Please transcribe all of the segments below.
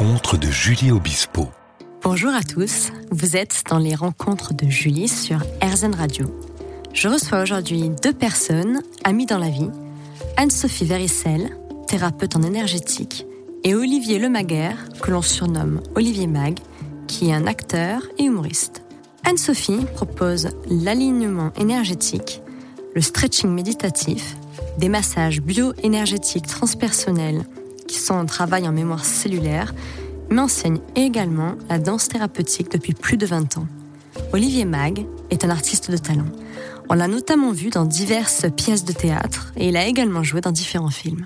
rencontres de Julie Obispo. Bonjour à tous, vous êtes dans les rencontres de Julie sur RZN Radio. Je reçois aujourd'hui 2 personnes, amies dans la vie, Anne-Sophie Véricel, thérapeute en énergétique, et Olivier Lemaguer, que l'on surnomme Olivier Mag, qui est un acteur et humoriste. Anne-Sophie propose l'alignement énergétique, le stretching méditatif, des massages bio-énergétiques transpersonnels qui sont en travail en mémoire cellulaire, mais enseigne également la danse thérapeutique depuis plus de 20 ans. Olivier Mag est un artiste de talent. On l'a notamment vu dans diverses pièces de théâtre et il a également joué dans différents films.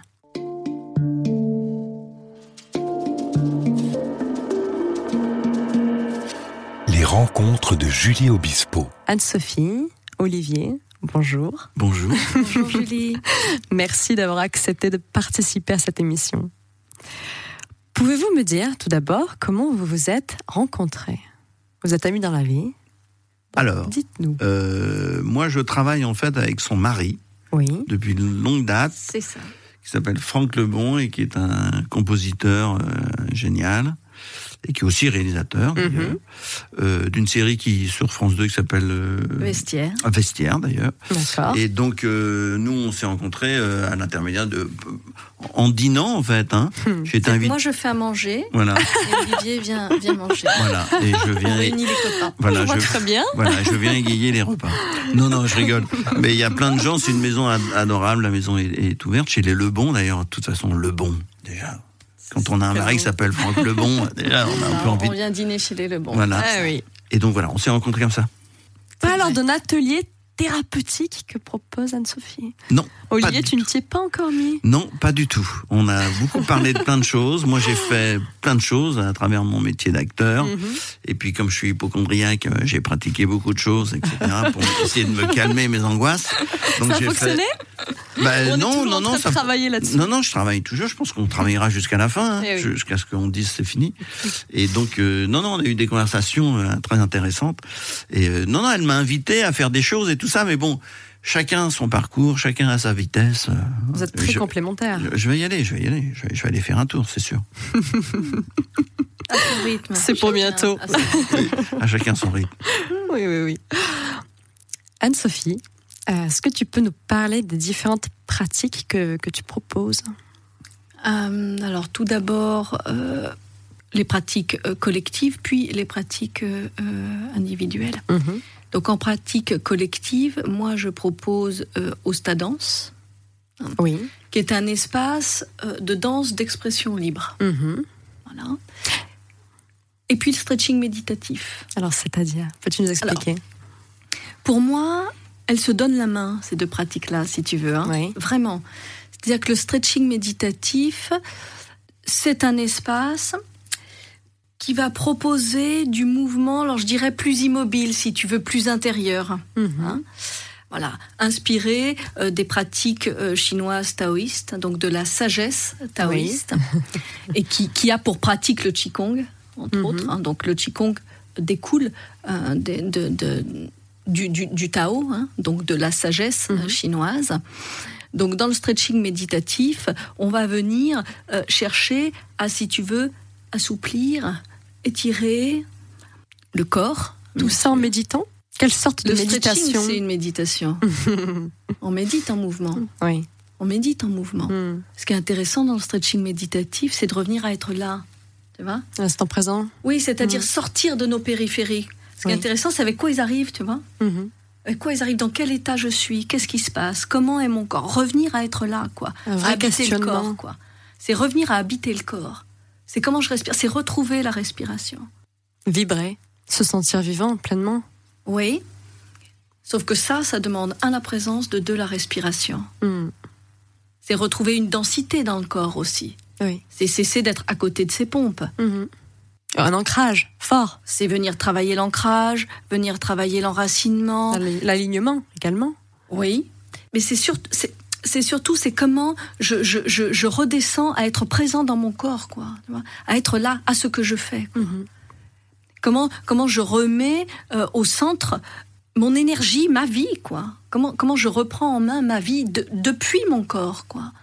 Les rencontres de Julie Obispo. Anne-Sophie, Olivier, bonjour. Bonjour. Bonjour Julie. Merci d'avoir accepté de participer à cette émission. Pouvez-vous me dire tout d'abord comment vous vous êtes rencontrés ? Vous êtes amis dans la vie ? Alors, dites-nous. moi je travaille en fait avec son mari depuis une longue date. C'est ça. Qui s'appelle Franck Lebon et qui est un compositeur génial et qui est aussi réalisateur d'ailleurs, d'une série qui sur France 2 qui s'appelle Vestiaire. Vestiaire d'ailleurs. D'accord. Et donc nous on s'est rencontrés à l'intermédiaire en dînant en fait. J'étais invité. Moi je fais à manger. Voilà. Et Olivier vient manger. Voilà. Et je viens. On réunit les copains. Voilà. Très bien. Voilà. Je viens égayer les repas. Non, je rigole. Mais il y a plein de gens. C'est une maison adorable. La maison est ouverte chez les Lebon d'ailleurs. De toute façon, Lebon déjà. Quand on a un mari qui s'appelle Franck Lebon, déjà on a un peu envie. On vient dîner chez les Lebon. Voilà. Ah oui. Et donc voilà, on s'est rencontrés comme ça. Pas lors d'un atelier thérapeutique que propose Anne-Sophie. Non. Olivier, tu ne t'y es pas encore mis ? Non, pas du tout. On a beaucoup parlé de plein de choses. Moi, j'ai fait plein de choses à travers mon métier d'acteur. Et puis, comme je suis hypocondriaque, j'ai pratiqué beaucoup de choses, etc. pour essayer de me calmer mes angoisses. Donc, ça a fonctionné ? Non, ça travailler là-dessus. Non, je travaille toujours. Je pense qu'on travaillera jusqu'à la fin, jusqu'à ce qu'on dise c'est fini. Et donc, on a eu des conversations très intéressantes. Et non, elle m'a invité à faire des choses et tout ça, mais bon. Chacun son parcours, chacun a sa vitesse. Vous êtes très complémentaires. Je vais y aller. Je vais aller faire un tour, c'est sûr. À son rythme. C'est pour bientôt. À chacun son rythme. Oui. Anne-Sophie, est-ce que tu peux nous parler des différentes pratiques que tu proposes ? Alors tout d'abord, les pratiques collectives, puis les pratiques individuelles. Donc en pratique collective, moi je propose Ostadance, qui est un espace de danse d'expression libre. Voilà. Et puis le stretching méditatif. Alors c'est-à-dire, peux-tu nous expliquer ? Pour moi, elles se donnent la main, ces 2 pratiques-là, si tu veux. Vraiment. C'est-à-dire que le stretching méditatif, c'est un espace qui va proposer du mouvement, alors je dirais plus immobile, si tu veux, plus intérieur. Voilà, inspiré des pratiques chinoises taoïstes, donc de la sagesse taoïste, et qui a pour pratique le Qigong, entre autres. Donc le Qigong découle du Tao, donc de la sagesse chinoise. Donc dans le stretching méditatif, on va venir chercher à, si tu veux, assouplir, étirer le corps. Tout ça en méditant ? Quelle sorte de méditation ? Stretching, c'est une méditation. On médite en mouvement. Oui. On médite en mouvement. Ce qui est intéressant dans le stretching méditatif, c'est de revenir à être là. Tu vois ? L'instant présent ? Oui, c'est-à-dire sortir de nos périphéries. Ce qui est intéressant, c'est avec quoi ils arrivent, tu vois ? Avec quoi ils arrivent ? Dans quel état je suis ? Qu'est-ce qui se passe ? Comment est mon corps ? Revenir à être là, quoi. Un vrai habiter le questionnement. corps, quoi. C'est revenir à habiter le corps. C'est comment je respire, c'est retrouver la respiration. Vibrer, se sentir vivant pleinement. Oui, sauf que ça demande la présence, de la respiration. C'est retrouver une densité dans le corps aussi. Oui. C'est cesser d'être à côté de ses pompes. Un ancrage fort. C'est venir travailler l'ancrage, venir travailler l'enracinement. L'alignement également. Oui, mais c'est surtout comment je redescends à être présent dans mon corps, quoi, tu vois, à être là, à ce que je fais, quoi. Comment je remets au centre mon énergie, ma vie, quoi. Comment je reprends en main ma vie depuis mon corps, quoi.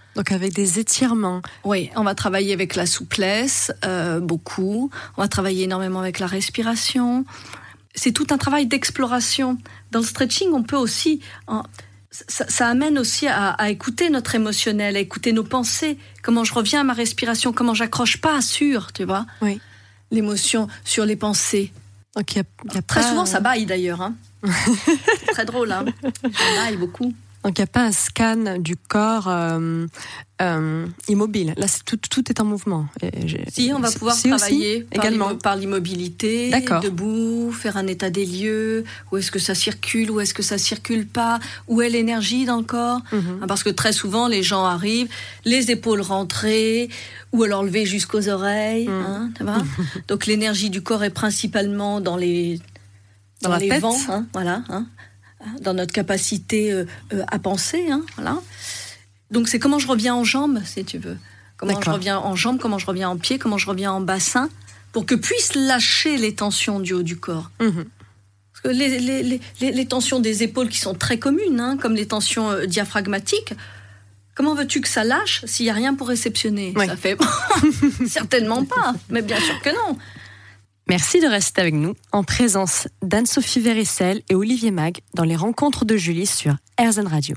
Donc avec des étirements. Oui, on va travailler avec la souplesse, beaucoup. On va travailler énormément avec la respiration. C'est tout un travail d'exploration. Dans le stretching, on peut aussi... Ça amène aussi à écouter notre émotionnel, à écouter nos pensées, comment je reviens à ma respiration, comment j'accroche pas sur, tu vois, l'émotion sur les pensées. Donc y a très pas... souvent, ça baille d'ailleurs. Hein. C'est très drôle, hein. Ça baille beaucoup. Donc il n'y a pas un scan du corps immobile. Là, tout est en mouvement. Si, on va pouvoir travailler également par l'immobilité, debout, faire un état des lieux, où est-ce que ça circule, où est-ce que ça circule pas, où est l'énergie dans le corps. Parce que très souvent, les gens arrivent, les épaules rentrées, ou alors levées jusqu'aux oreilles. Hein, tu vois. Donc l'énergie du corps est principalement dans les vents. Hein, voilà, hein. Dans notre capacité à penser, hein, voilà. Donc c'est comment je reviens en jambes, si tu veux. Comment je reviens en jambes, comment je reviens en pied, comment je reviens en bassin, pour que puisse lâcher les tensions du haut du corps. Parce que les tensions des épaules qui sont très communes, hein, comme les tensions diaphragmatiques, comment veux-tu que ça lâche s'il n'y a rien pour réceptionner ? Ça fait certainement pas, mais bien sûr que non. Merci de rester avec nous en présence d'Anne-Sophie Vérissel et Olivier Mag dans les rencontres de Julie sur RZN Radio.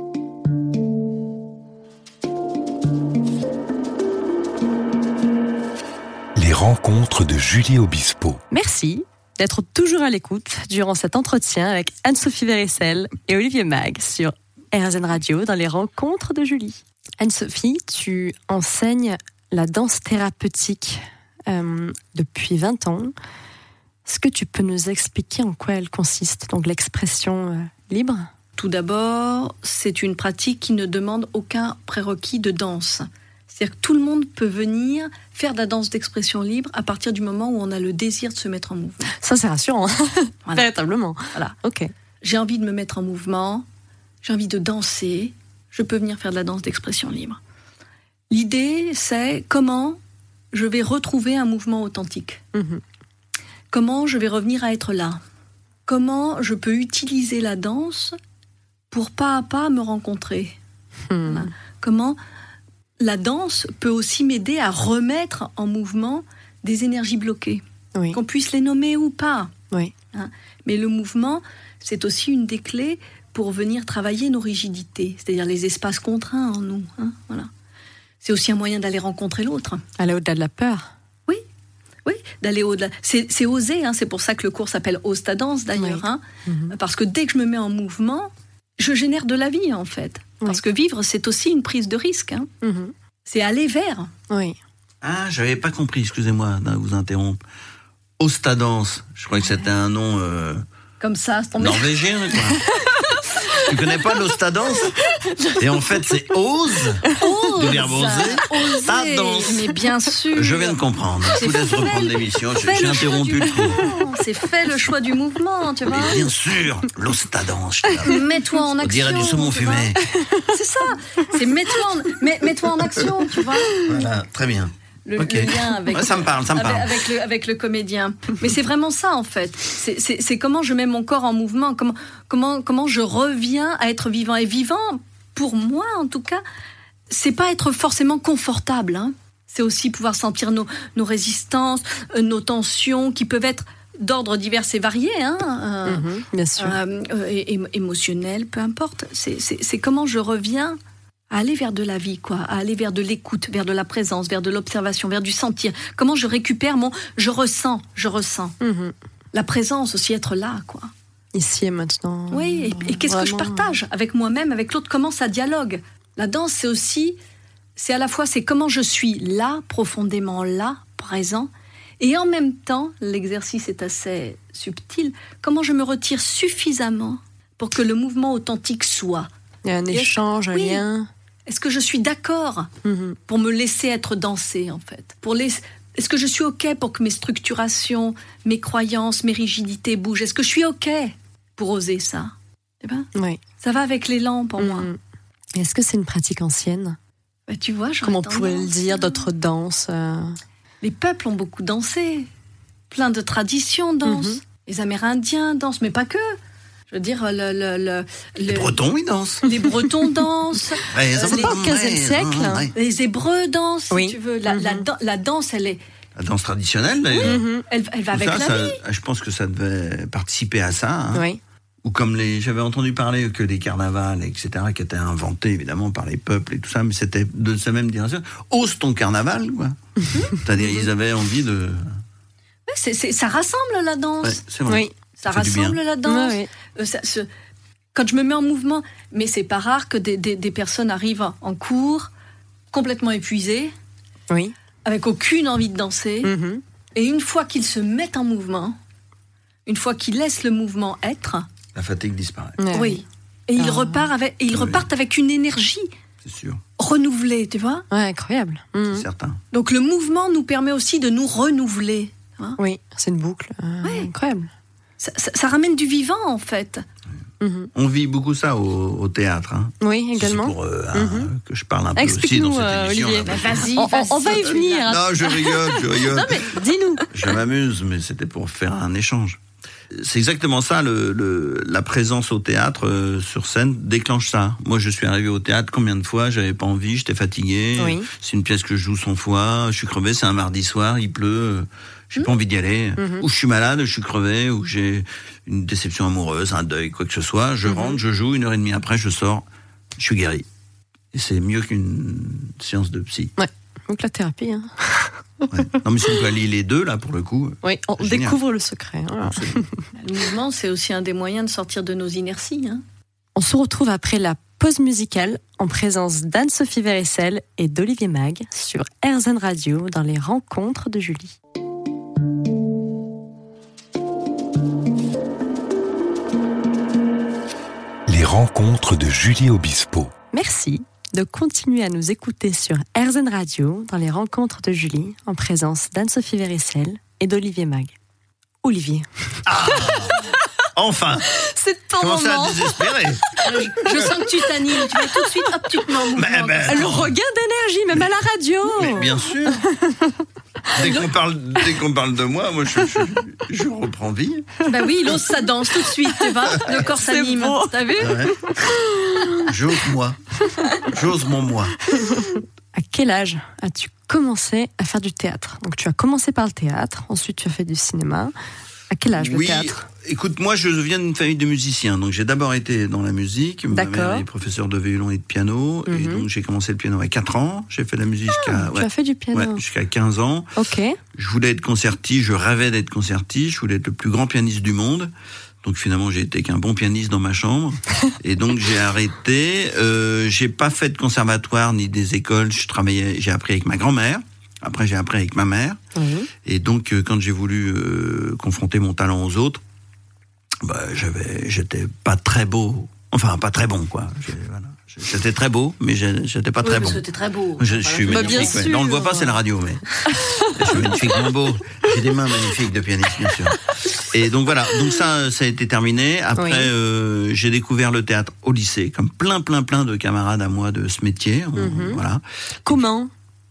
Les rencontres de Julie Obispo. Merci d'être toujours à l'écoute durant cet entretien avec Anne-Sophie Vérissel et Olivier Mag sur RZN Radio dans les rencontres de Julie. Anne-Sophie, tu enseignes la danse thérapeutique depuis 20 ans. Est-ce que tu peux nous expliquer en quoi elle consiste, donc l'expression libre ? Tout d'abord, c'est une pratique qui ne demande aucun prérequis de danse. C'est-à-dire que tout le monde peut venir faire de la danse d'expression libre à partir du moment où on a le désir de se mettre en mouvement. Ça, c'est rassurant, voilà. Véritablement. Voilà. Ok. J'ai envie de me mettre en mouvement, j'ai envie de danser, je peux venir faire de la danse d'expression libre. L'idée, c'est comment je vais retrouver un mouvement authentique. Comment je vais revenir à être là. Comment je peux utiliser la danse pour pas à pas me rencontrer. Voilà. Comment la danse peut aussi m'aider à remettre en mouvement des énergies bloquées. Qu'on puisse les nommer ou pas. Hein. Mais le mouvement, c'est aussi une des clés pour venir travailler nos rigidités, c'est-à-dire les espaces contraints en nous. Hein. Voilà. C'est aussi un moyen d'aller rencontrer l'autre. Aller au-delà de la peur. Oui, d'aller au-delà. C'est oser, hein. C'est pour ça que le cours s'appelle Ose ta danse d'ailleurs. Hein. Parce que dès que je me mets en mouvement, je génère de la vie en fait. Parce que vivre, c'est aussi une prise de risque. Hein. C'est aller vers. Ah, j'avais pas compris, excusez-moi de vous interrompre. Ose ta danse, je croyais que c'était un nom comme ça, c'est tombé. Norvégien, quoi. Tu connais pas l'ostadance ? Et en fait, c'est ose, du verbe oser, ta danse. Mais bien sûr. Je viens de comprendre. Je vous laisse reprendre l'émission. J'ai interrompu le cours. C'est fait le choix du mouvement, tu vois. Mais bien sûr, l'ostadance. Mets-toi en action. On dirait du saumon fumé. C'est ça. C'est mets-toi en action, tu vois. Voilà, très bien. Le lien avec, ça me parle. Avec le comédien. Mais c'est vraiment ça, en fait. C'est comment je mets mon corps en mouvement, comment je reviens à être vivant. Et vivant, pour moi, en tout cas, c'est pas être forcément confortable. Hein. C'est aussi pouvoir sentir nos résistances, nos tensions, qui peuvent être d'ordre divers et variés. Hein, bien sûr. Émotionnel, peu importe. C'est comment je reviens à aller vers de la vie, quoi, à aller vers de l'écoute, vers de la présence, vers de l'observation, vers du sentir. Comment je récupère je ressens. La présence aussi, être là, quoi. Ici et maintenant. Oui, et qu'est-ce que je partage avec moi-même, avec l'autre, comment ça dialogue. La danse, c'est à la fois, c'est comment je suis là, profondément là, présent, et en même temps, l'exercice est assez subtil, comment je me retire suffisamment pour que le mouvement authentique soit. Il y a un échange, un lien. Est-ce que je suis d'accord pour me laisser être dansée, en fait ? Est-ce que je suis OK pour que mes structurations, mes croyances, mes rigidités bougent ? Est-ce que je suis OK pour oser ça ? Oui. Ça va avec l'élan pour moi. Est-ce que c'est une pratique ancienne ? Tu vois, comment on pourrait le dire, d'autres danses Les peuples ont beaucoup dansé. Plein de traditions dansent. Les Amérindiens dansent, mais pas que. Je veux dire, les Bretons, ils dansent. Les Bretons dansent. C'est pas au XVe siècle. Les Hébreux dansent, si tu veux. La danse, elle est... La danse traditionnelle, d'ailleurs. Elle va avec la vie. Je pense que ça devait participer à ça. Hein. Oui. Ou comme j'avais entendu parler que des carnavals, etc., qui étaient inventés, évidemment, par les peuples et tout ça, mais c'était de sa même direction. Ose ton carnaval, quoi. C'est-à-dire, ils avaient envie de... Ça rassemble, la danse. Ouais, c'est vrai. Oui. Ça rassemble la danse. Oui. Quand je me mets en mouvement, mais c'est pas rare que des personnes arrivent en cours complètement épuisées, avec aucune envie de danser, et une fois qu'ils se mettent en mouvement, une fois qu'ils laissent le mouvement être, la fatigue disparaît. Oui. Et ils repartent avec une énergie. C'est sûr. Renouvelée, tu vois. Ouais, incroyable. C'est certain. Donc le mouvement nous permet aussi de nous renouveler. Hein, oui, c'est une boucle. Incroyable. Ça ramène du vivant, en fait. On vit beaucoup ça au théâtre. Hein. Oui, également. C'est pour que je parle un peu aussi dans cette émission. Olivier. Vas-y, on va y venir. Non, je rigole. Non, mais dis-nous. Je m'amuse, mais c'était pour faire un échange. C'est exactement ça, la présence au théâtre sur scène déclenche ça. Moi, je suis arrivé au théâtre combien de fois, j'avais pas envie, j'étais fatigué. Oui. C'est une pièce que je joue 100 fois, je suis crevé, c'est un mardi soir, il pleut, j'ai pas envie d'y aller. Ou je suis malade, je suis crevé, ou j'ai une déception amoureuse, un deuil, quoi que ce soit. Je rentre, je joue, 1h30 après, je sors, je suis guéri. Et c'est mieux qu'une séance de psy. Ouais, donc la thérapie. Hein. Ouais. Non, mais si on peut allier les deux, là, pour le coup. Oui, on découvre le secret. Voilà. Le mouvement, c'est aussi un des moyens de sortir de nos inerties. Hein. On se retrouve après la pause musicale en présence d'Anne-Sophie Verissel et d'Olivier Mag sur RZN Radio dans les rencontres de Julie. Les rencontres de Julie Obispo. Merci de continuer à nous écouter sur RZN Radio dans les rencontres de Julie en présence d'Anne-Sophie Verissel et d'Olivier Mag. Olivier. Enfin. C'est ton moment. Comment ça, désespéré. Je sens que tu t'animes. Tu vas tout de suite, hop, tu te mets en mouvement. Le regain d'énergie, même à la radio. Mais bien sûr. Dès qu'on parle de moi je reprends vie. Bah oui, il ose sa danse tout de suite, tu vois. Le corps s'anime. T'as vu? Ouais. J'ose mon moi. À quel âge as-tu commencé à faire du théâtre? Donc tu as commencé par le théâtre, ensuite tu as fait du cinéma. À quel âge le théâtre? Écoute, moi je viens d'une famille de musiciens, donc j'ai d'abord été dans la musique. Ma mère est professeure de violon et de piano, et donc j'ai commencé le piano à 4 ans. J'ai fait de la musique tu as fait du piano jusqu'à 15 ans. Ok. Je voulais être concertiste, je rêvais d'être concertiste, je voulais être le plus grand pianiste du monde. Donc finalement j'ai été qu'un bon pianiste dans ma chambre, et donc j'ai arrêté. J'ai pas fait de conservatoire ni des écoles. J'ai appris avec ma grand-mère. Après, j'ai appris avec ma mère. Et donc, quand j'ai voulu confronter mon talent aux autres, j'étais pas très beau. Enfin, pas très bon, quoi. J'étais très beau, mais j'étais pas très bon. C'était très beau. Je suis magnifique. Ouais. Non, on le voit pas, c'est la radio, mais je suis magnifiquement beau. J'ai des mains magnifiques de pianiste, bien sûr. Et donc voilà. Donc ça a été terminé. Après, j'ai découvert le théâtre au lycée, comme plein de camarades à moi de ce métier. Voilà. Comment?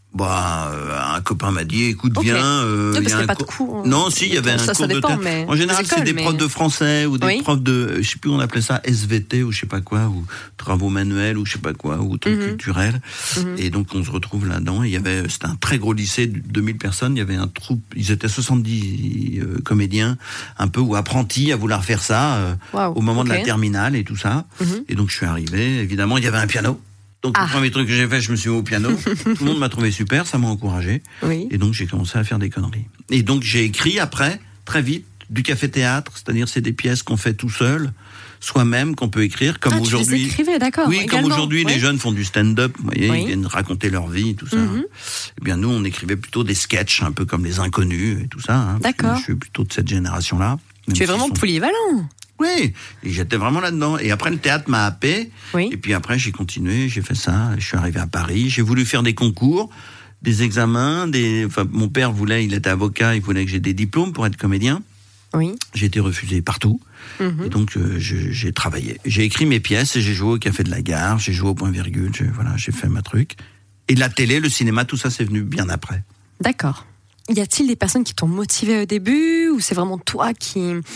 Un copain m'a dit, écoute, viens. Parce qu'il n'y a pas de cours. Non, si, il y avait un cours de théâtre. En général, c'est des profs de français ou des profs de, je sais plus, on appelait ça SVT ou je sais pas quoi, ou travaux manuels ou je sais pas quoi, ou trucs culturels. Et donc, on se retrouve là-dedans. C'était un très gros lycée de 2000 personnes. Il y avait un troupe, ils étaient 70 comédiens, un peu, ou apprentis à vouloir faire ça, au moment de la terminale et tout ça. Et donc, je suis arrivé. Évidemment, il y avait un piano. Donc, le premier truc que j'ai fait, je me suis mis au piano. Tout le monde m'a trouvé super, ça m'a encouragé. Et donc, j'ai commencé à faire des conneries. Et donc, j'ai écrit après, très vite, du café-théâtre, c'est-à-dire c'est des pièces qu'on fait tout seul, soi-même, qu'on peut écrire, comme aujourd'hui. Tu les écrivais, d'accord. Oui, également. comme aujourd'hui, les jeunes font du stand-up, vous voyez, ils viennent raconter leur vie, tout ça. Eh bien, nous, on écrivait plutôt des sketchs, un peu comme Les Inconnus et tout ça. Hein, d'accord. Je suis plutôt de cette génération-là. Tu es vraiment polyvalent. Oui, et j'étais vraiment là-dedans. Et après, le théâtre m'a happé. Et puis après, j'ai continué, j'ai fait ça. Je suis arrivé à Paris. J'ai voulu faire des concours, des examens. Mon père il était avocat, il voulait que j'ai des diplômes pour être comédien. J'ai été refusé partout. Et donc, j'ai travaillé. J'ai écrit mes pièces et j'ai joué au Café de la Gare. J'ai joué au Point Virgule. J'ai fait ma truc. Et la télé, le cinéma, tout ça, c'est venu bien après. D'accord. Y a-t-il des personnes qui t'ont motivé au début ou c'est vraiment toi qui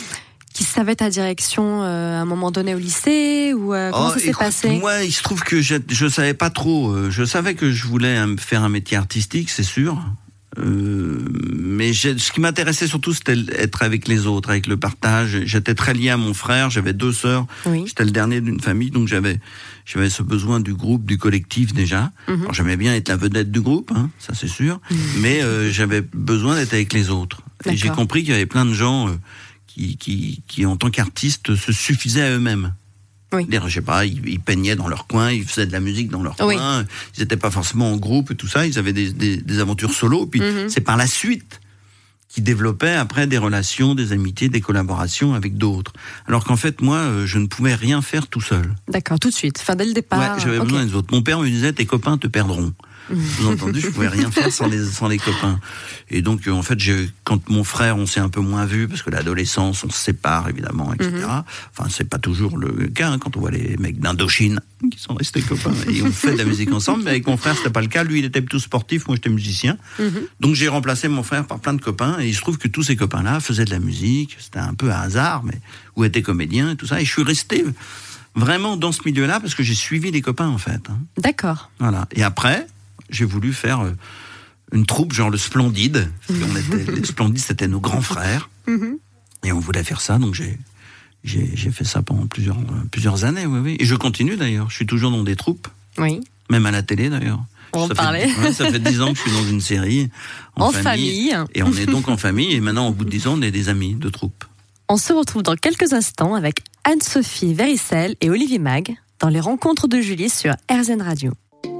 qui savait ta direction à un moment donné au lycée ou comment ça s'est passé? Moi, il se trouve que je savais pas trop. Je savais que je voulais faire un métier artistique, c'est sûr. Mais ce qui m'intéressait surtout, c'était être avec les autres, avec le partage. J'étais très lié à mon frère, j'avais 2 sœurs. Oui. J'étais le dernier d'une famille, donc j'avais ce besoin du groupe, du collectif déjà. Alors j'aimais bien être la vedette du groupe, hein, ça c'est sûr. Mais j'avais besoin d'être avec les autres. D'accord. Et j'ai compris qu'il y avait plein de gens qui en tant qu'artistes, se suffisaient à eux-mêmes. Oui. Je sais pas, ils peignaient dans leur coin, ils faisaient de la musique dans leur coin, ils n'étaient pas forcément en groupe et tout ça, ils avaient des aventures solo, puis c'est par la suite qu'ils développaient après des relations, des amitiés, des collaborations avec d'autres. Alors qu'en fait, moi, je ne pouvais rien faire tout seul. D'accord, tout de suite, dès le départ. Ouais, j'avais besoin des autres. Mon père me disait, tes copains te perdront. Vous entendu, je pouvais rien faire sans les copains. Et donc, en fait, quand mon frère, on s'est un peu moins vu parce que l'adolescence, on se sépare évidemment, etc. Enfin, c'est pas toujours le cas quand on voit les mecs d'Indochine qui sont restés copains et on fait de la musique ensemble. Mais avec mon frère, c'était pas le cas. Lui, il était plutôt sportif, moi, j'étais musicien. Donc, j'ai remplacé mon frère par plein de copains et il se trouve que tous ces copains-là faisaient de la musique. C'était un peu à hasard, mais ou étaient comédiens et tout ça. Et je suis resté vraiment dans ce milieu-là parce que j'ai suivi les copains en fait. D'accord. Voilà. Et après, j'ai voulu faire une troupe genre le Splendide. Les Splendides, c'était nos grands frères. Et on voulait faire ça, donc j'ai fait ça pendant plusieurs années, oui. Et je continue d'ailleurs, je suis toujours dans des troupes. Oui. Même à la télé d'ailleurs. On parlait. Ça fait 10 ans que je suis dans une série. En famille. Et on est donc en famille, et maintenant, au bout de 10 ans, on est des amis de troupe. On se retrouve dans quelques instants avec Anne-Sophie Véricelle et Olivier Mag dans les rencontres de Julie sur RZN Radio.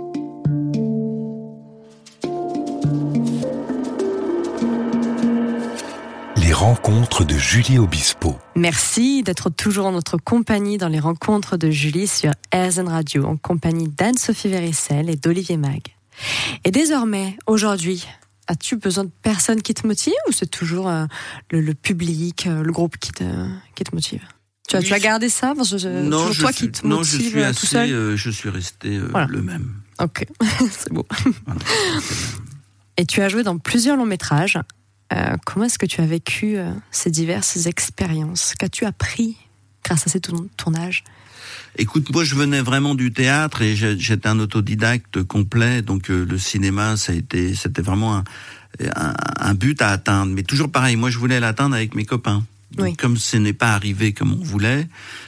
Les rencontres de Julie Obispo. Merci d'être toujours en notre compagnie dans les rencontres de Julie sur RZN Radio, en compagnie d'Anne-Sophie Véricelle et d'Olivier Mag. Et désormais, aujourd'hui, as-tu besoin de personnes qui te motivent ou c'est toujours le public, le groupe qui te motive? Tu as gardé ça? Non, toi qui te motive tout seul? Je suis resté le même. Ok, c'est beau. Voilà, et tu as joué dans plusieurs longs métrages. Comment est-ce que tu as vécu ces diverses expériences? Qu'as-tu appris grâce à ces tournages? Écoute, moi je venais vraiment du théâtre et j'étais un autodidacte complet, donc le cinéma c'était vraiment un but à atteindre. Mais toujours pareil, moi je voulais l'atteindre avec mes copains. Donc, comme ce n'est pas arrivé comme on voulait,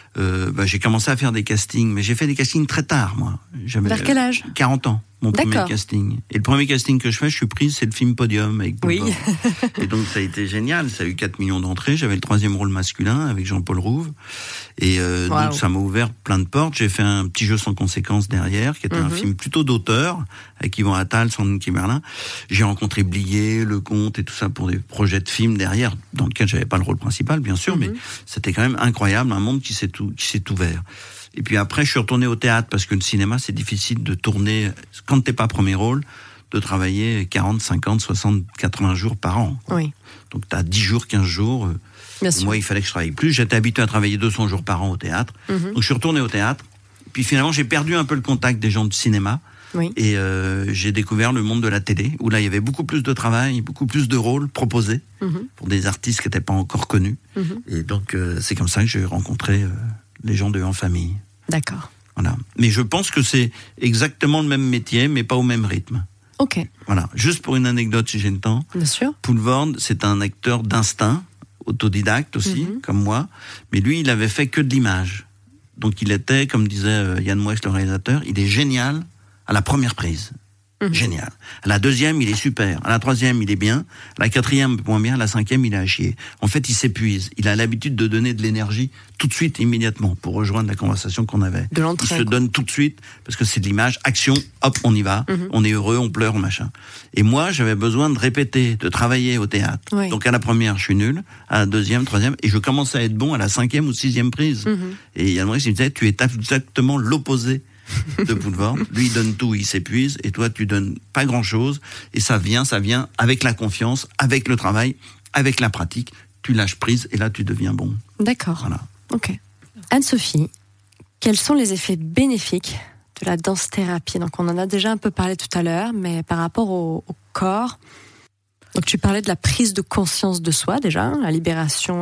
j'ai commencé à faire des castings, mais j'ai fait des castings très tard, moi. Vers quel âge? 40 ans, mon premier casting. Et le premier casting que je suis prise, c'est le film Podium avec Paul Bord. Et donc ça a été génial, ça a eu 4 millions d'entrées, j'avais le 3e rôle masculin avec Jean-Paul Rouve. Et donc ça m'a ouvert plein de portes. J'ai fait un Petit jeu sans conséquences derrière, qui était un film plutôt d'auteur, avec Yvan Attal, Sandrine Kiberlin. J'ai rencontré Blier, Lecomte et tout ça pour des projets de films derrière, dans lesquels j'avais pas le rôle principal, bien sûr, mais c'était quand même incroyable, un monde qui s'est ouvert. Et puis après, je suis retourné au théâtre, parce que le cinéma, c'est difficile de tourner, quand t'es pas premier rôle, de travailler 40, 50, 60, 80 jours par an. Oui. Donc t'as 10 jours, 15 jours. Moi, il fallait que je travaille plus. J'étais habitué à travailler 200 jours par an au théâtre. Donc je suis retourné au théâtre. Puis finalement, j'ai perdu un peu le contact des gens du cinéma. Et j'ai découvert le monde de la télé, où là, il y avait beaucoup plus de travail, beaucoup plus de rôles proposés pour des artistes qui n'étaient pas encore connus. Et donc, c'est comme ça que j'ai rencontré les gens de En Famille. D'accord. Voilà. Mais je pense que c'est exactement le même métier, mais pas au même rythme. Ok. Voilà. Juste pour une anecdote, si j'ai le temps. Bien sûr. Poulvord, c'est un acteur d'instinct, autodidacte aussi, comme moi. Mais lui, il avait fait que de l'image. Donc il était, comme disait Yann Moix, le réalisateur, il est génial à la première prise. Génial. À la 2e, il est super. À la 3e, il est bien. À la 4e, moins bien. À la 5e, il est à chier. En fait, il s'épuise. Il a l'habitude de donner de l'énergie tout de suite, immédiatement, pour rejoindre la conversation qu'on avait. De l'entrain. Il se donne tout de suite, parce que c'est de l'image. Action, hop, on y va. On est heureux, on pleure, machin. Et moi, j'avais besoin de répéter, de travailler au théâtre. Oui. Donc à la 1re, je suis nul. À la 2e, 3e, et je commence à être bon à la 5e ou 6e prise. Et Yann Moix, il me disait, tu es exactement l'opposé de Poulvord. Lui, il donne tout, il s'épuise, et toi, tu donnes pas grand-chose, et ça vient avec la confiance, avec le travail, avec la pratique, tu lâches prise, et là, tu deviens bon. D'accord. Voilà. Ok. Anne-Sophie, quels sont les effets bénéfiques de la danse-thérapie? Donc, on en a déjà un peu parlé tout à l'heure, mais par rapport au corps, donc tu parlais de la prise de conscience de soi, déjà, la libération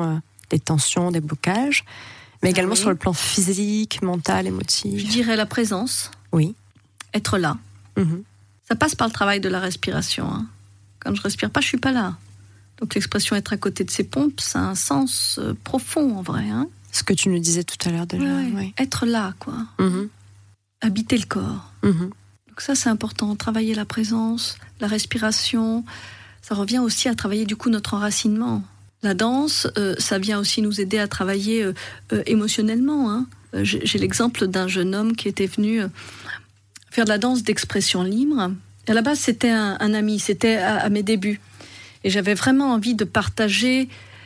des tensions, des blocages, mais également sur le plan physique, mental, émotif. Je dirais la présence. Oui. Être là. Ça passe par le travail de la respiration. Hein. Quand je respire pas, je suis pas là. Donc l'expression être à côté de ses pompes, ça a un sens profond en vrai. Hein. Ce que tu nous disais tout à l'heure déjà. Ouais. Être là, quoi. Habiter le corps. Donc ça, c'est important. Travailler la présence, la respiration. Ça revient aussi à travailler du coup notre enracinement. La danse, ça vient aussi nous aider à travailler émotionnellement. Hein. J'ai l'exemple d'un jeune homme qui était venu faire de la danse d'expression libre. À la base, c'était un ami, c'était à mes débuts. Et j'avais vraiment envie de partager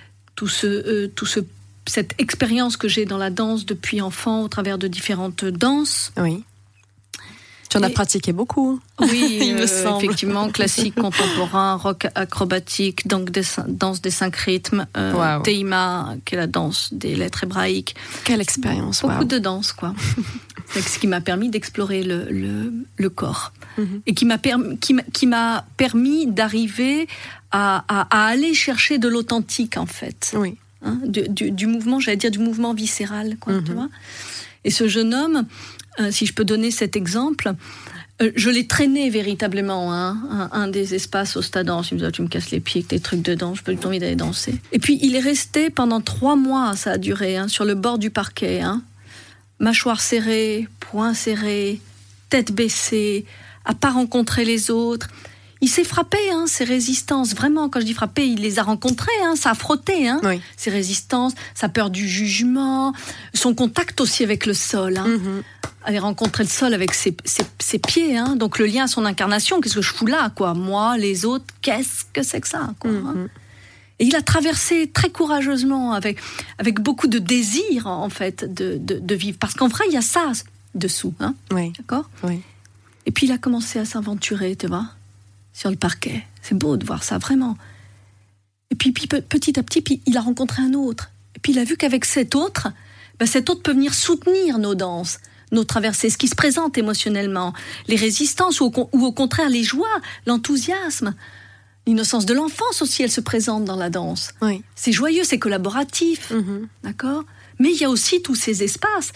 cette expérience que j'ai dans la danse depuis enfant au travers de différentes danses. Oui. Tu en as pratiqué beaucoup. Oui, il me semble. Effectivement, classique, contemporain, rock acrobatique, danse des 5 rythmes, Teima, qui est la danse des lettres hébraïques. Quelle expérience. Beaucoup de danse, quoi. C'est ce qui m'a permis d'explorer le corps. Et qui m'a permis d'arriver à aller chercher de l'authentique, en fait. Oui. Hein, du mouvement, j'allais dire du mouvement viscéral, quoi, tu vois. Et ce jeune homme, si je peux donner cet exemple, je l'ai traîné véritablement, hein, un des espaces au Stade Danse. Il me disait, tu me casses les pieds avec tes trucs de danse, je peux plus envie d'aller danser. Et puis il est resté pendant 3 mois, ça a duré, hein, sur le bord du parquet, hein, mâchoire serrée, poings serrés, tête baissée, à pas rencontrer les autres. Il s'est frappé, hein, ses résistances. Vraiment, quand je dis frappé, il les a rencontrées, hein, ça a frotté, hein, ses résistances, sa peur du jugement, son contact aussi avec le sol. Hein. Aller rencontrer le sol avec ses pieds, hein, donc le lien à son incarnation. Qu'est-ce que je fous là, quoi? Moi, les autres, qu'est-ce que c'est que ça, quoi, hein. Et il a traversé très courageusement, avec beaucoup de désir, en fait, de vivre. Parce qu'en vrai, il y a ça dessous, hein, d'accord? Oui. Et puis il a commencé à s'aventurer, tu vois, sur le parquet. C'est beau de voir ça, vraiment. Et puis petit à petit, puis il a rencontré un autre. Et puis il a vu qu'avec cet autre peut venir soutenir nos danses, nos traversées, ce qui se présente émotionnellement, les résistances ou au contraire les joies, l'enthousiasme. L'innocence de l'enfance aussi, elle se présente dans la danse. Oui. C'est joyeux, c'est collaboratif, d'accord ? Mais il y a aussi tous ces espaces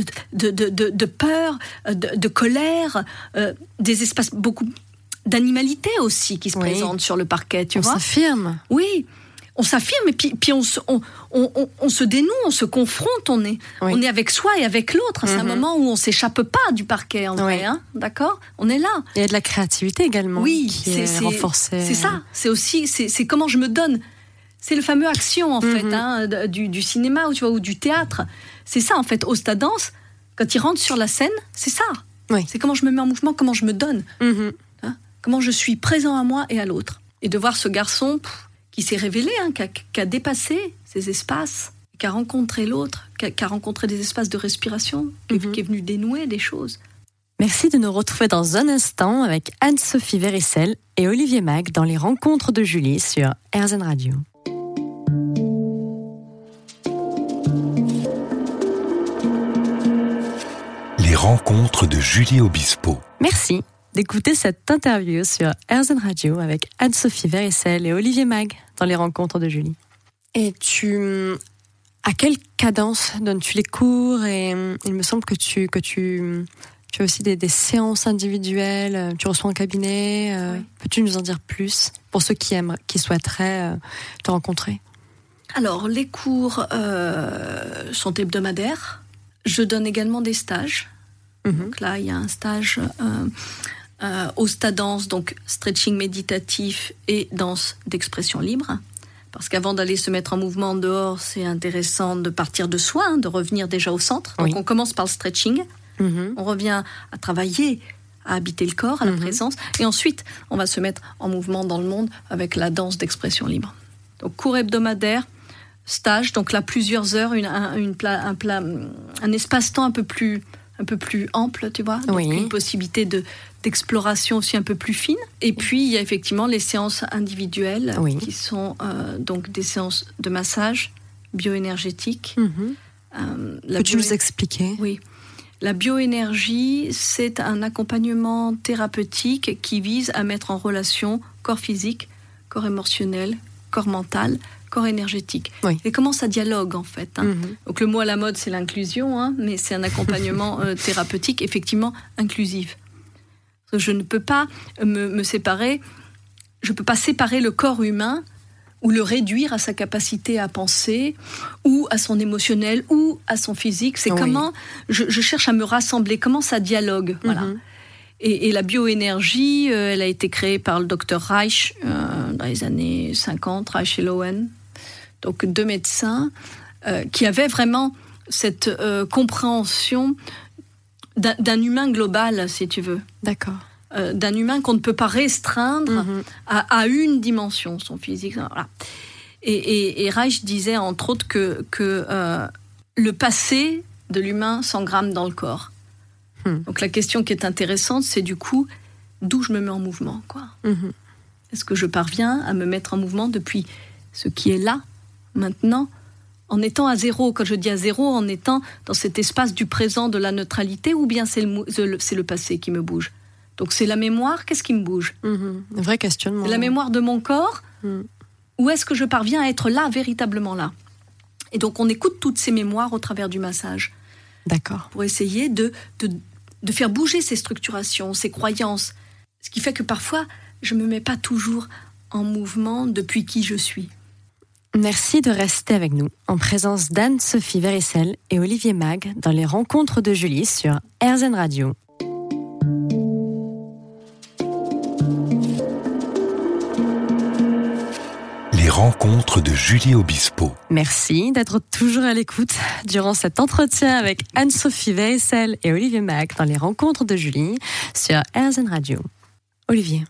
de peur, de colère, des espaces beaucoup d'animalité aussi qui se présentent sur le parquet, tu vois. On s'affirme. Oui, on s'affirme et puis on se dénoue, on se confronte, on est avec soi et avec l'autre. C'est un moment où on s'échappe pas du parquet, en vrai, hein, d'accord ? On est là. Il y a de la créativité également qui est renforcée. C'est ça, c'est aussi, c'est comment je me donne. C'est le fameux action, en fait, hein, du cinéma ou du théâtre. C'est ça, en fait, au Stade Danse, quand il rentre sur la scène, c'est ça. Oui. C'est comment je me mets en mouvement, comment je me donne. Hein, comment je suis présent à moi et à l'autre. Et de voir ce garçon qui s'est révélé, hein, qui a dépassé ces espaces, qui a rencontré l'autre, qui a rencontré des espaces de respiration, qui est venu dénouer des choses. Merci de nous retrouver dans un instant avec Anne-Sophie Vérissel et Olivier Mag dans les rencontres de Julie sur RZN Radio. Les rencontres de Julie Obispo. Merci d'écouter cette interview sur RZN Radio avec Anne-Sophie Vérissel et Olivier Mag dans les rencontres de Julie. Et à quelle cadence donnes-tu les cours ? Et il me semble que tu as aussi des séances individuelles, tu reçois un cabinet. Oui. Peux-tu nous en dire plus pour ceux qui souhaiteraient te rencontrer ? Alors, les cours sont hebdomadaires. Je donne également des stages. Donc là, il y a un stage au Stade Danse, donc stretching méditatif et danse d'expression libre. Parce qu'avant d'aller se mettre en mouvement dehors, c'est intéressant de partir de soi, hein, de revenir déjà au centre. Donc on commence par le stretching, on revient à travailler, à habiter le corps, à la présence, et ensuite on va se mettre en mouvement dans le monde avec la danse d'expression libre. Donc cours hebdomadaire, stage, donc là plusieurs heures, un espace-temps un peu plus ample, tu vois, donc une possibilité d'exploration aussi un peu plus fine. Et puis, il y a effectivement les séances individuelles qui sont donc des séances de massage bioénergétique. Peux-tu nous expliquer ? Oui. La bioénergie, c'est un accompagnement thérapeutique qui vise à mettre en relation corps physique, corps émotionnel, corps mental, corps énergétique. Oui. Et comment ça dialogue, en fait. Donc, le mot à la mode, c'est l'inclusion, mais c'est un accompagnement thérapeutique, effectivement, inclusif. Je ne peux pas me séparer, je ne peux pas séparer le corps humain ou le réduire à sa capacité à penser, ou à son émotionnel, ou à son physique. C'est comment je cherche à me rassembler, comment ça dialogue. Voilà. Et la bioénergie, elle a été créée par le Dr Reich dans les années 50, Reich et Lowen. Donc 2 médecins qui avaient vraiment cette compréhension d'un humain global, si tu veux. D'accord. D'un humain qu'on ne peut pas restreindre à une dimension, son physique. Voilà. Et Reich disait, entre autres, que le passé de l'humain s'engramme dans le corps. Donc la question qui est intéressante, c'est du coup, d'où je me mets en mouvement, quoi. Est-ce que je parviens à me mettre en mouvement depuis ce qui est là, maintenant, en étant à zéro? Quand je dis à zéro, en étant dans cet espace du présent, de la neutralité, ou bien c'est le passé qui me bouge? Donc c'est la mémoire, qu'est-ce qui me bouge? Un vrai questionnement. C'est la mémoire de mon corps, ou est-ce que je parviens à être là, véritablement là? Et donc on écoute toutes ces mémoires au travers du massage. D'accord. Pour essayer de faire bouger ces structurations, ces croyances. Ce qui fait que parfois, je ne me mets pas toujours en mouvement depuis qui je suis. Merci de rester avec nous, en présence d'Anne-Sophie Vérissel et Olivier Mag, dans les rencontres de Julie sur RZN Radio. Les rencontres de Julie Obispo. Merci d'être toujours à l'écoute durant cet entretien avec Anne-Sophie Vérissel et Olivier Mac dans les rencontres de Julie sur RZN Radio. Olivier.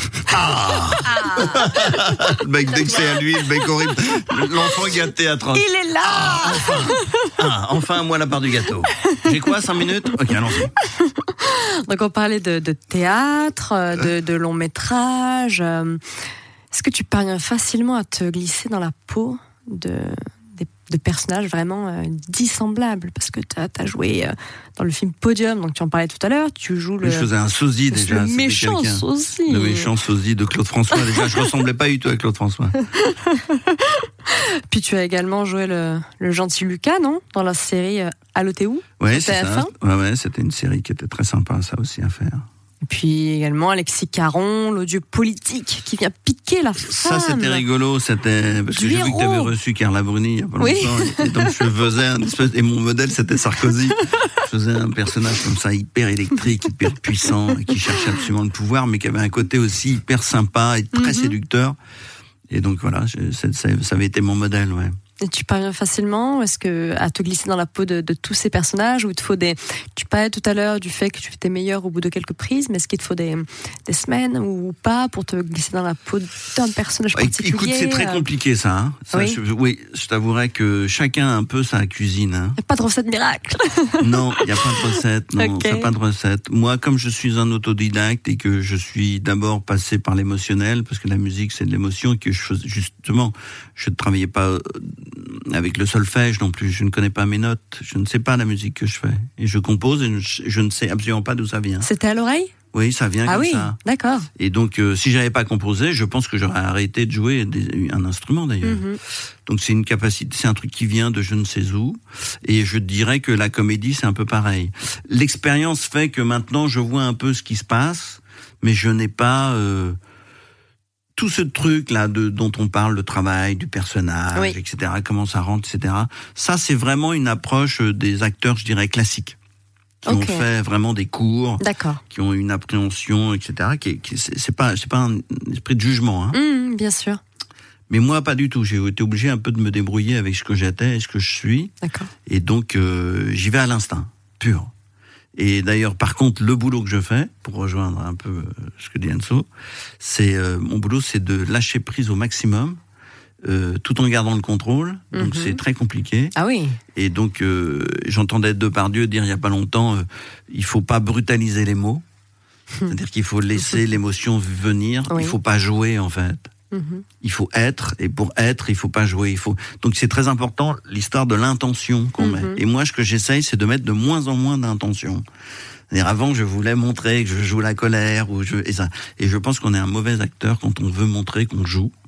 Le mec, dès que c'est à lui, le mec horrible. L'enfant gâté à 30. Il est là. Enfin, moi la part du gâteau. J'ai quoi, 5 minutes? Ok, allons-y. Donc on parlait de théâtre, de long métrage. Est-ce que tu parviens facilement à te glisser dans la peau de personnages vraiment dissemblables? Parce que tu as joué dans le film Podium, donc tu en parlais tout à l'heure, tu joues le... Je faisais un sosie déjà. Le méchant sosie. Le méchant sosie de Claude François. Déjà, je ressemblais pas du tout à Claude François. Puis tu as également joué le gentil Lucas, non? Dans la série Allô t'es où? Ouais, c'est ça. Ouais, c'était une série qui était très sympa, ça aussi à faire. Et puis également Alexis Caron, l'odieux politique qui vient piquer la femme. Ça c'était rigolo, c'était parce que j'ai vu que tu avais reçu Carla Bruni il y a pas longtemps, et donc je faisais un espèce, et mon modèle c'était Sarkozy. Je faisais un personnage comme ça hyper électrique, hyper puissant, qui cherchait absolument le pouvoir, mais qui avait un côté aussi hyper sympa et très séducteur. Et donc voilà, ça avait été mon modèle, ouais. Et tu parviens facilement à te glisser dans la peau de tous ces personnages, ou il te faut tu parlais tout à l'heure du fait que tu étais meilleur au bout de quelques prises, mais est-ce qu'il te faut des semaines ou pas pour te glisser dans la peau d'un personnage particulier? Écoute, c'est très compliqué ça. Hein. Oui. Je t'avouerais que chacun a un peu sa cuisine. Hein. Il n'y a pas de recette miracle. Non, il n'y a pas de recette. Non, Okay. Il n'y a pas de recette. Moi, comme je suis un autodidacte et que je suis d'abord passé par l'émotionnel, parce que la musique c'est de l'émotion, et que je ne travaillais pas avec le solfège non plus, je ne connais pas mes notes, je ne sais pas la musique que je fais. Et je compose et je ne sais absolument pas d'où ça vient. C'était à l'oreille? Oui, ça vient comme ça. Ah oui, d'accord. Et donc, si j'avais pas composé, je pense que j'aurais arrêté de jouer un instrument d'ailleurs. Donc c'est une capacité, c'est un truc qui vient de je ne sais où. Et je dirais que la comédie, c'est un peu pareil. L'expérience fait que maintenant, je vois un peu ce qui se passe, mais je n'ai pas... tout ce truc-là dont on parle, le travail, du personnage, etc., comment ça rentre, etc., ça, c'est vraiment une approche des acteurs, je dirais, classiques, qui ont fait vraiment des cours, qui ont une appréhension, etc., c'est pas un esprit de jugement. Hein. Bien sûr. Mais moi, pas du tout. J'ai été obligé un peu de me débrouiller avec ce que j'étais et ce que je suis. D'accord. Et donc, j'y vais à l'instinct, pur. Et d'ailleurs, par contre, le boulot que je fais, pour rejoindre un peu ce que dit Anso, mon boulot, c'est de lâcher prise au maximum, tout en gardant le contrôle. Donc c'est très compliqué. Ah oui. Et donc, j'entendais Depardieu dire il y a pas longtemps, il faut pas brutaliser les mots. C'est-à-dire qu'il faut laisser l'émotion venir. Oui. Il faut pas jouer, en fait. Il faut être, et pour être, il faut pas jouer. Donc c'est très important l'histoire de l'intention qu'on met. Et moi, ce que j'essaye, c'est de mettre de moins en moins d'intention. C'est-à-dire, avant, je voulais montrer que je joue la colère, et je pense qu'on est un mauvais acteur quand on veut montrer qu'on joue.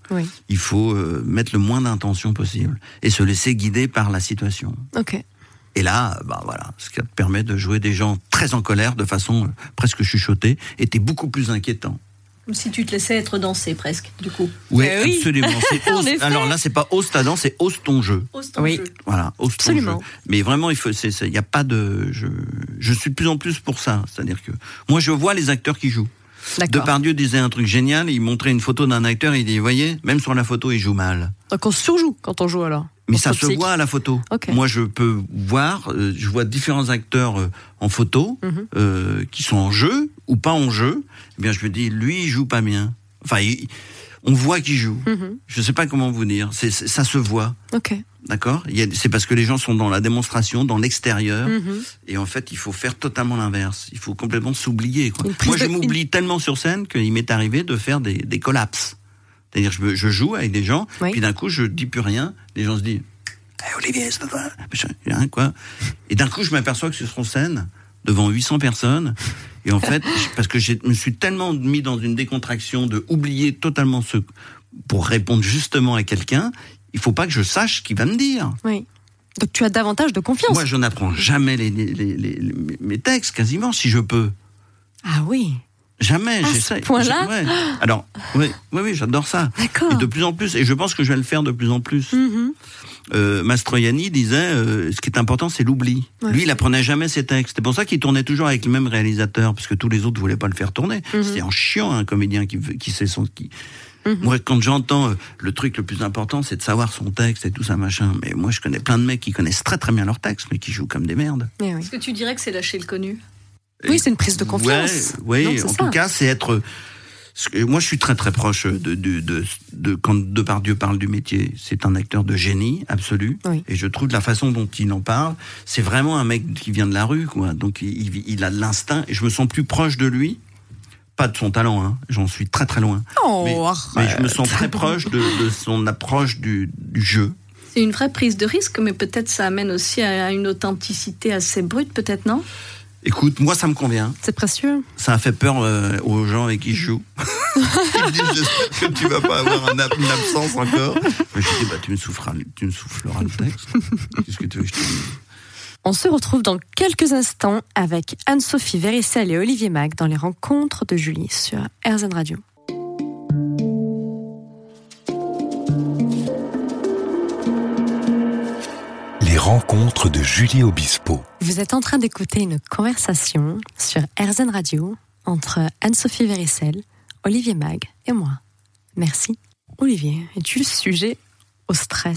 il faut mettre le moins d'intention possible et se laisser guider par la situation. Ok. Et là, voilà, ce qui te permet de jouer des gens très en colère de façon presque chuchotée, et t'es beaucoup plus inquiétant. Comme si tu te laissais être dansé presque, du coup. Oui, absolument. Alors là, c'est pas ose ta danse, c'est ose ton jeu. Ose ton jeu. Voilà, ose ton jeu. Mais vraiment, il y a pas de. Je suis de plus en plus pour ça. C'est-à-dire que moi, je vois les acteurs qui jouent. Depardieu disait un truc génial. Il montrait une photo d'un acteur. Il dit, voyez, même sur la photo, il joue mal. Donc on surjoue quand on joue alors. Mais ça se voit à la photo. Okay. Moi, je peux voir, je vois différents acteurs en photo qui sont en jeu ou pas en jeu. Eh bien, je me dis, lui, il joue pas bien. Enfin, on voit qu'il joue. Je sais pas comment vous dire. Ça se voit. Ok. D'accord. C'est parce que les gens sont dans la démonstration, dans l'extérieur, et en fait, il faut faire totalement l'inverse. Il faut complètement s'oublier. Quoi. Moi, je m'oublie tellement sur scène qu'il m'est arrivé de faire des collapses. C'est-à-dire, je joue avec des gens, puis d'un coup, je dis plus rien. Les gens se disent, Olivier, ça va, quoi. Et d'un coup, je m'aperçois que c'est sur scène, devant 800 personnes. Et en fait, parce que je me suis tellement mis dans une décontraction de oublier totalement pour répondre justement à quelqu'un, il faut pas que je sache ce qu'il va me dire. Oui. Donc tu as davantage de confiance. Moi, je n'apprends jamais mes textes, quasiment, si je peux. Ah oui. Jamais, j'essaie. À ce point-là. Alors, oui, j'adore ça. D'accord. Et de plus en plus, et je pense que je vais le faire de plus en plus. Mastroianni disait, ce qui est important, c'est l'oubli. Lui, il apprenait jamais ses textes. C'est pour ça qu'il tournait toujours avec le même réalisateur, parce que tous les autres voulaient pas le faire tourner. C'était en chiant, un comédien qui sait son... Moi, quand j'entends le truc le plus important, c'est de savoir son texte et tout ça, machin. Mais moi, je connais plein de mecs qui connaissent très très bien leur texte, mais qui jouent comme des merdes. Est-ce que tu dirais que c'est lâcher le connu ? Oui, c'est une prise de confiance. Oui, en tout cas, c'est être... Moi, je suis très très proche de quand Depardieu parle du métier. C'est un acteur de génie absolu, et je trouve de la façon dont il en parle, c'est vraiment un mec qui vient de la rue, quoi. Donc il a de l'instinct, et je me sens plus proche de lui, pas de son talent, hein. J'en suis très très loin. Mais je me sens très proche de son approche du jeu. C'est une vraie prise de risque, mais peut-être ça amène aussi à une authenticité assez brute, peut-être, non ? Écoute, moi ça me convient. C'est précieux. Ça a fait peur aux gens avec qui je joue. Ils me disent, j'espère que tu vas pas avoir une absence encore. Mais je dis, tu me souffleras le texte. Qu'est-ce que tu veux que je te dise ? On se retrouve dans quelques instants avec Anne-Sophie Vérissel et Olivier Mac dans les rencontres de Julie sur RZN Radio. Les rencontres de Julie Obispo. Vous êtes en train d'écouter une conversation sur RZN Radio entre Anne-Sophie Vérissel, Olivier Mag et moi. Merci. Olivier, es-tu le sujet au stress ?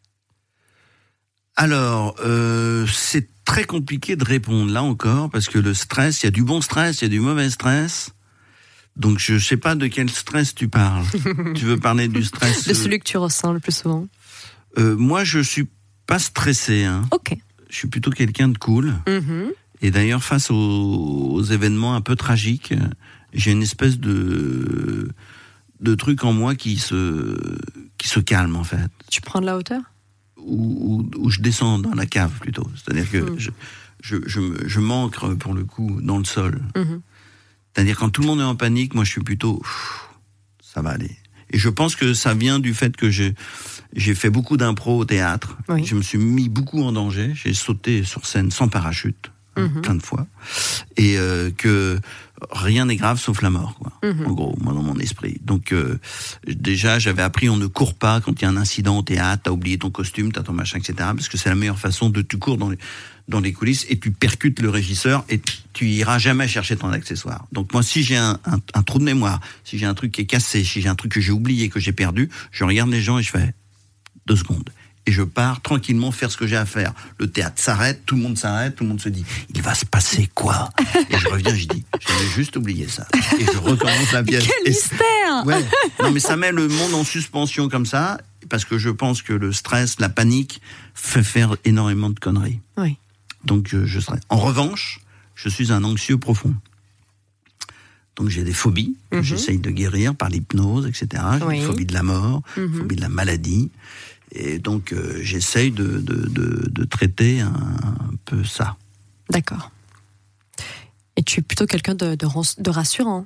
Alors, c'est très compliqué de répondre là encore, parce que le stress, il y a du bon stress, il y a du mauvais stress. Donc je sais pas de quel stress tu parles. Tu veux parler du stress de celui que tu ressens le plus souvent. Moi, je suis pas stressé. Hein. Ok. Je suis plutôt quelqu'un de cool. Et d'ailleurs, face aux événements un peu tragiques, j'ai une espèce de truc en moi qui se calme, en fait. Tu prends de la hauteur ? Ou je descends dans la cave, plutôt. C'est-à-dire que je m'ancre, pour le coup, dans le sol. C'est-à-dire, quand tout le monde est en panique, moi, je suis plutôt... ça va aller. Et je pense que ça vient du fait que j'ai fait beaucoup d'impro au théâtre. Oui. Je me suis mis beaucoup en danger. J'ai sauté sur scène sans parachute, plein de fois. Et que rien n'est grave sauf la mort, quoi. En gros, moi, dans mon esprit. Donc, déjà, j'avais appris, on ne court pas quand il y a un incident au théâtre, t'as oublié ton costume, t'as ton machin, etc. Parce que c'est la meilleure façon tu cours dans les coulisses et tu percutes le régisseur et tu iras jamais chercher ton accessoire. Donc moi, si j'ai un trou de mémoire, si j'ai un truc qui est cassé, si j'ai un truc que j'ai oublié, que j'ai perdu, je regarde les gens et je fais 2 secondes. Et je pars tranquillement faire ce que j'ai à faire. Le théâtre s'arrête, tout le monde s'arrête, tout le monde se dit, il va se passer quoi ? Et je reviens, je dis, j'avais juste oublié ça. Et je recommence la pièce. Quel mystère ! Ouais. Non, mais ça met le monde en suspension comme ça, parce que je pense que le stress, la panique, fait faire énormément de conneries. Oui. Donc je serai. En revanche, je suis un anxieux profond. Donc j'ai des phobies que j'essaye de guérir par l'hypnose, etc. J'ai une phobie de la mort, phobie de la maladie. Et donc j'essaye de traiter un peu ça. D'accord. Et tu es plutôt quelqu'un de rassurant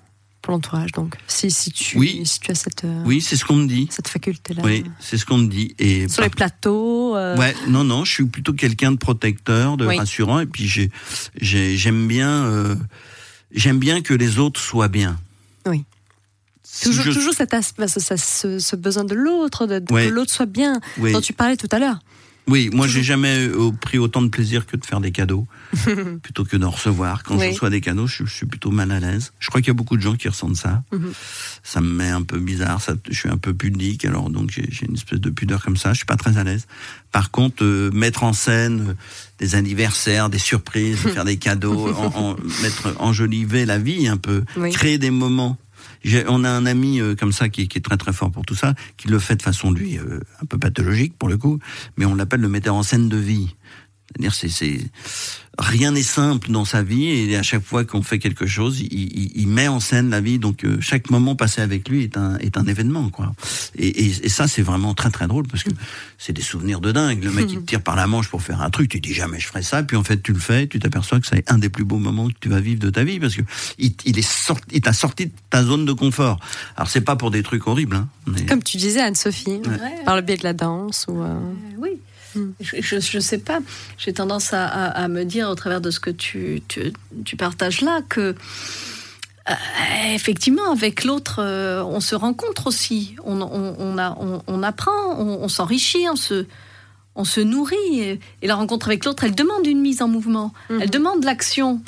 pour l'entourage, donc. Si tu as cette... oui, c'est ce qu'on me dit. Cette faculté-là. Oui, c'est ce qu'on me dit. Et sur les plateaux... Ouais, non, je suis plutôt quelqu'un de protecteur, de rassurant, et puis j'aime bien que les autres soient bien. Oui. Toujours cet aspect, ce besoin de l'autre, que l'autre soit bien, dont tu parlais tout à l'heure. Oui, moi j'ai jamais pris autant de plaisir que de faire des cadeaux, plutôt que d'en recevoir. Quand je reçois des cadeaux, je suis plutôt mal à l'aise. Je crois qu'il y a beaucoup de gens qui ressentent ça. Ça me met un peu bizarre, je suis un peu pudique, alors donc j'ai une espèce de pudeur comme ça, je suis pas très à l'aise. Par contre, mettre en scène des anniversaires, des surprises, faire des cadeaux, enjoliver la vie un peu, créer des moments. On a un ami comme ça qui est très très fort pour tout ça, qui le fait de façon lui un peu pathologique pour le coup, mais on l'appelle le metteur en scène de vie. C'est-à-dire rien n'est simple dans sa vie, et à chaque fois qu'on fait quelque chose, il met en scène la vie. Donc chaque moment passé avec lui est un événement, quoi. Et ça c'est vraiment très très drôle, parce que c'est des souvenirs de dingue. Le mec il te tire par la manche pour faire un truc, tu dis jamais je ferai ça, puis en fait tu le fais, tu t'aperçois que c'est un des plus beaux moments que tu vas vivre de ta vie, parce que il t'a sorti de ta zone de confort. Alors c'est pas pour des trucs horribles, hein, mais... Comme tu disais Anne-Sophie, par le biais de la danse ou oui. Je sais pas, j'ai tendance à me dire au travers de ce que tu partages là que effectivement avec l'autre on se rencontre aussi, on apprend, on s'enrichit, on se nourrit, et la rencontre avec l'autre elle demande une mise en mouvement, elle demande l'action.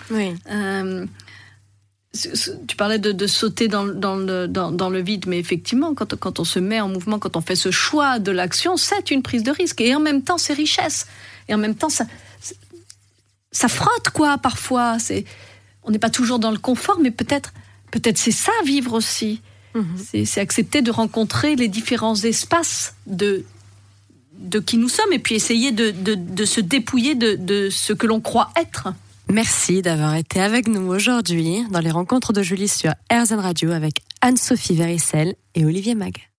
Tu parlais de sauter dans le vide, mais effectivement, quand on se met en mouvement, quand on fait ce choix de l'action, c'est une prise de risque. Et en même temps, c'est richesse. Et en même temps, ça frotte, quoi, parfois. On n'est pas toujours dans le confort, mais peut-être c'est ça, vivre aussi. C'est accepter de rencontrer les différents espaces de qui nous sommes, et puis essayer de se dépouiller de ce que l'on croit être. Merci d'avoir été avec nous aujourd'hui dans les rencontres de Julie sur RZN Radio avec Anne-Sophie Véricelle et Olivier Mag.